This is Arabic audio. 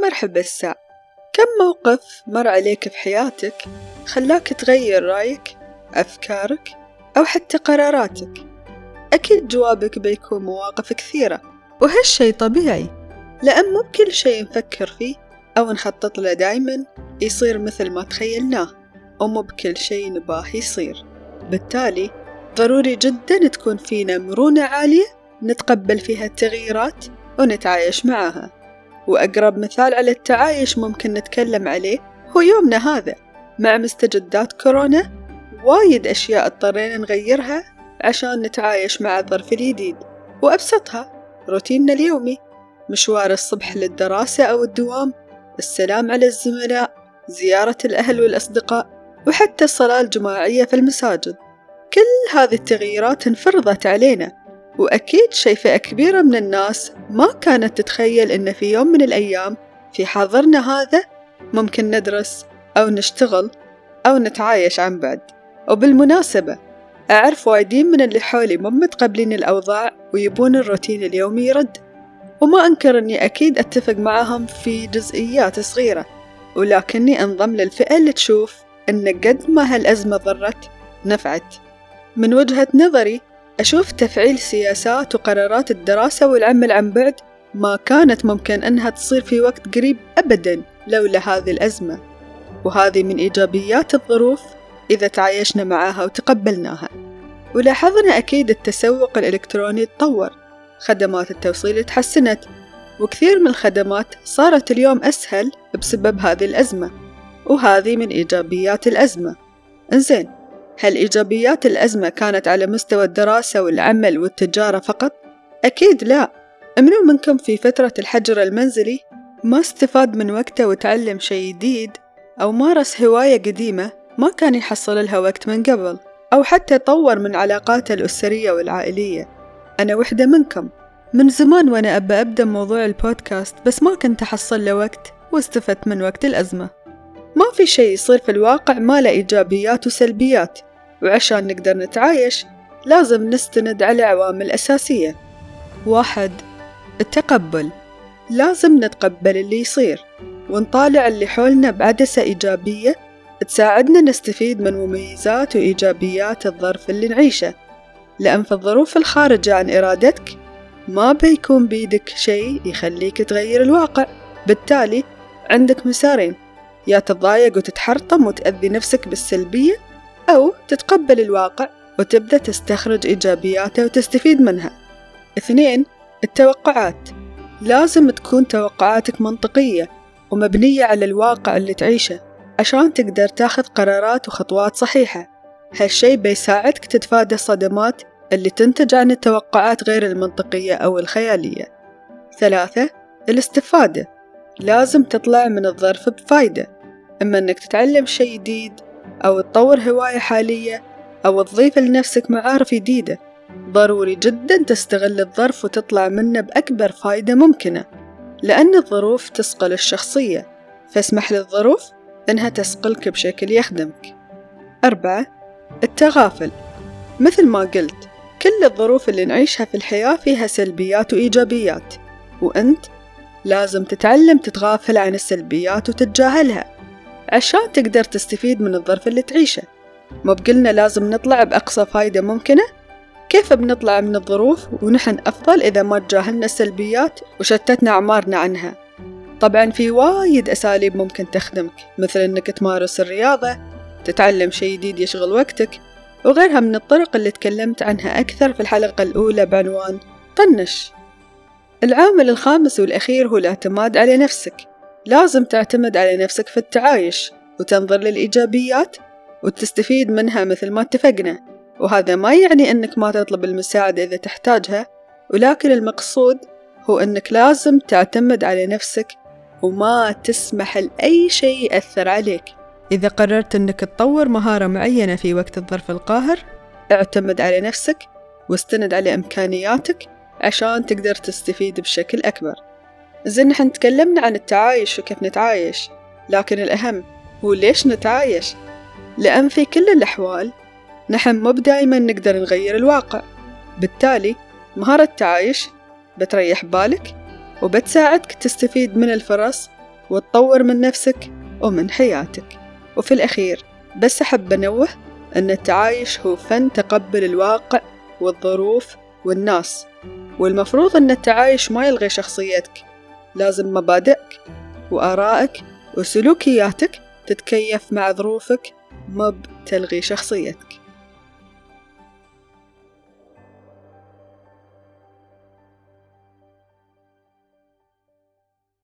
مرحبا الساعة. كم موقف مر عليك في حياتك خلاك تغير رأيك، أفكارك أو حتى قراراتك؟ أكيد جوابك بيكون مواقف كثيرة، وهالشي طبيعي لأن مو بكل شي نفكر فيه أو نخطط له دايما يصير مثل ما تخيلناه، ومو بكل شي نباه يصير. بالتالي ضروري جدا تكون فينا مرونة عالية نتقبل فيها التغييرات ونتعايش معها. وأقرب مثال على التعايش ممكن نتكلم عليه هو يومنا هذا مع مستجدات كورونا. وايد أشياء اضطرينا نغيرها عشان نتعايش مع الظرف الجديد، وأبسطها روتيننا اليومي، مشوار الصبح للدراسة أو الدوام، السلام على الزملاء، زيارة الأهل والأصدقاء، وحتى الصلاة الجماعية في المساجد. كل هذه التغييرات انفرضت علينا، وأكيد شي فئة كبيرة من الناس ما كانت تتخيل إن في يوم من الأيام في حاضرنا هذا ممكن ندرس أو نشتغل أو نتعايش عن بعد. وبالمناسبة أعرف وايدين من اللي حولي مو متقبلين الأوضاع ويبون الروتين اليومي يرد، وما أنكر أني أكيد أتفق معهم في جزئيات صغيرة، ولكني أنضم للفئة اللي تشوف أن قد ما هالأزمة ضرت نفعت. من وجهة نظري أشوف تفعيل سياسات وقرارات الدراسة والعمل عن بعد ما كانت ممكن أنها تصير في وقت قريب أبداً لولا هذه الأزمة، وهذه من إيجابيات الظروف إذا تعايشنا معها وتقبلناها. ولاحظنا أكيد التسوق الإلكتروني تطور، خدمات التوصيل تحسنت، وكثير من الخدمات صارت اليوم أسهل بسبب هذه الأزمة، وهذه من إيجابيات الأزمة. إنزين، هل إيجابيات الأزمة كانت على مستوى الدراسة والعمل والتجارة فقط؟ أكيد لا. منو منكم في فترة الحجر المنزلي ما استفاد من وقته وتعلم شيء جديد أو مارس هواية قديمة ما كان يحصل لها وقت من قبل، أو حتى طور من علاقاته الأسرية والعائلية؟ أنا وحدة منكم، من زمان وأنا أبدأ موضوع البودكاست، بس ما كنت أحصل له وقت واستفدت من وقت الأزمة. ما في شيء يصير في الواقع ما له إيجابيات وسلبيات، وعشان نقدر نتعايش لازم نستند على عوامل أساسية. 1. التقبل. لازم نتقبل اللي يصير ونطالع اللي حولنا بعدسة إيجابية تساعدنا نستفيد من مميزات وإيجابيات الظرف اللي نعيشه، لأن في الظروف الخارجة عن إرادتك ما بيكون بيدك شيء يخليك تغير الواقع. بالتالي عندك مسارين، يا تتضايق وتتحرطم وتأذي نفسك بالسلبية، أو تتقبل الواقع وتبدأ تستخرج إيجابياته وتستفيد منها. 2. التوقعات. لازم تكون توقعاتك منطقية ومبنية على الواقع اللي تعيشه عشان تقدر تاخذ قرارات وخطوات صحيحة. هالشي بيساعدك تتفادى الصدمات اللي تنتج عن التوقعات غير المنطقية أو الخيالية. 3. الاستفادة. لازم تطلع من الظرف بفايدة، إما أنك تتعلم شيء جديد أو تطور هواية حالية أو تضيف لنفسك معارف جديدة. ضروري جدا تستغل الظرف وتطلع منه بأكبر فايدة ممكنة، لأن الظروف تسقل الشخصية، فاسمح للظروف أنها تسقلك بشكل يخدمك. 4. التغافل. مثل ما قلت، كل الظروف اللي نعيشها في الحياة فيها سلبيات وإيجابيات، وأنت لازم تتعلم تتغافل عن السلبيات وتتجاهلها عشان تقدر تستفيد من الظرف اللي تعيشه. ما بقلنا لازم نطلع بأقصى فايدة ممكنة؟ كيف بنطلع من الظروف ونحن أفضل إذا ما تجاهلنا السلبيات وشتتنا أعمارنا عنها؟ طبعا في وايد أساليب ممكن تخدمك، مثل أنك تمارس الرياضة، تتعلم شيء جديد يشغل وقتك، وغيرها من الطرق اللي تكلمت عنها أكثر في الحلقة الأولى بعنوان طنش. العامل الخامس والأخير هو الاعتماد على نفسك. لازم تعتمد على نفسك في التعايش وتنظر للإيجابيات وتستفيد منها مثل ما اتفقنا، وهذا ما يعني أنك ما تطلب المساعدة إذا تحتاجها، ولكن المقصود هو أنك لازم تعتمد على نفسك وما تسمح لأي شيء يأثر عليك. إذا قررت أنك تطور مهارة معينة في وقت الظرف القاهر، اعتمد على نفسك واستند على إمكانياتك عشان تقدر تستفيد بشكل أكبر. زين، نحن تكلمنا عن التعايش وكيف نتعايش، لكن الأهم هو ليش نتعايش؟ لأن في كل الأحوال نحن مو دايما نقدر نغير الواقع. بالتالي مهارة التعايش بتريح بالك وبتساعدك تستفيد من الفرص وتطور من نفسك ومن حياتك. وفي الأخير بس أحب أنوه أن التعايش هو فن تقبل الواقع والظروف والناس، والمفروض أن التعايش ما يلغي شخصيتك، لازم مبادئك وآرائك وسلوكياتك تتكيف مع ظروفك، ما بتلغي شخصيتك.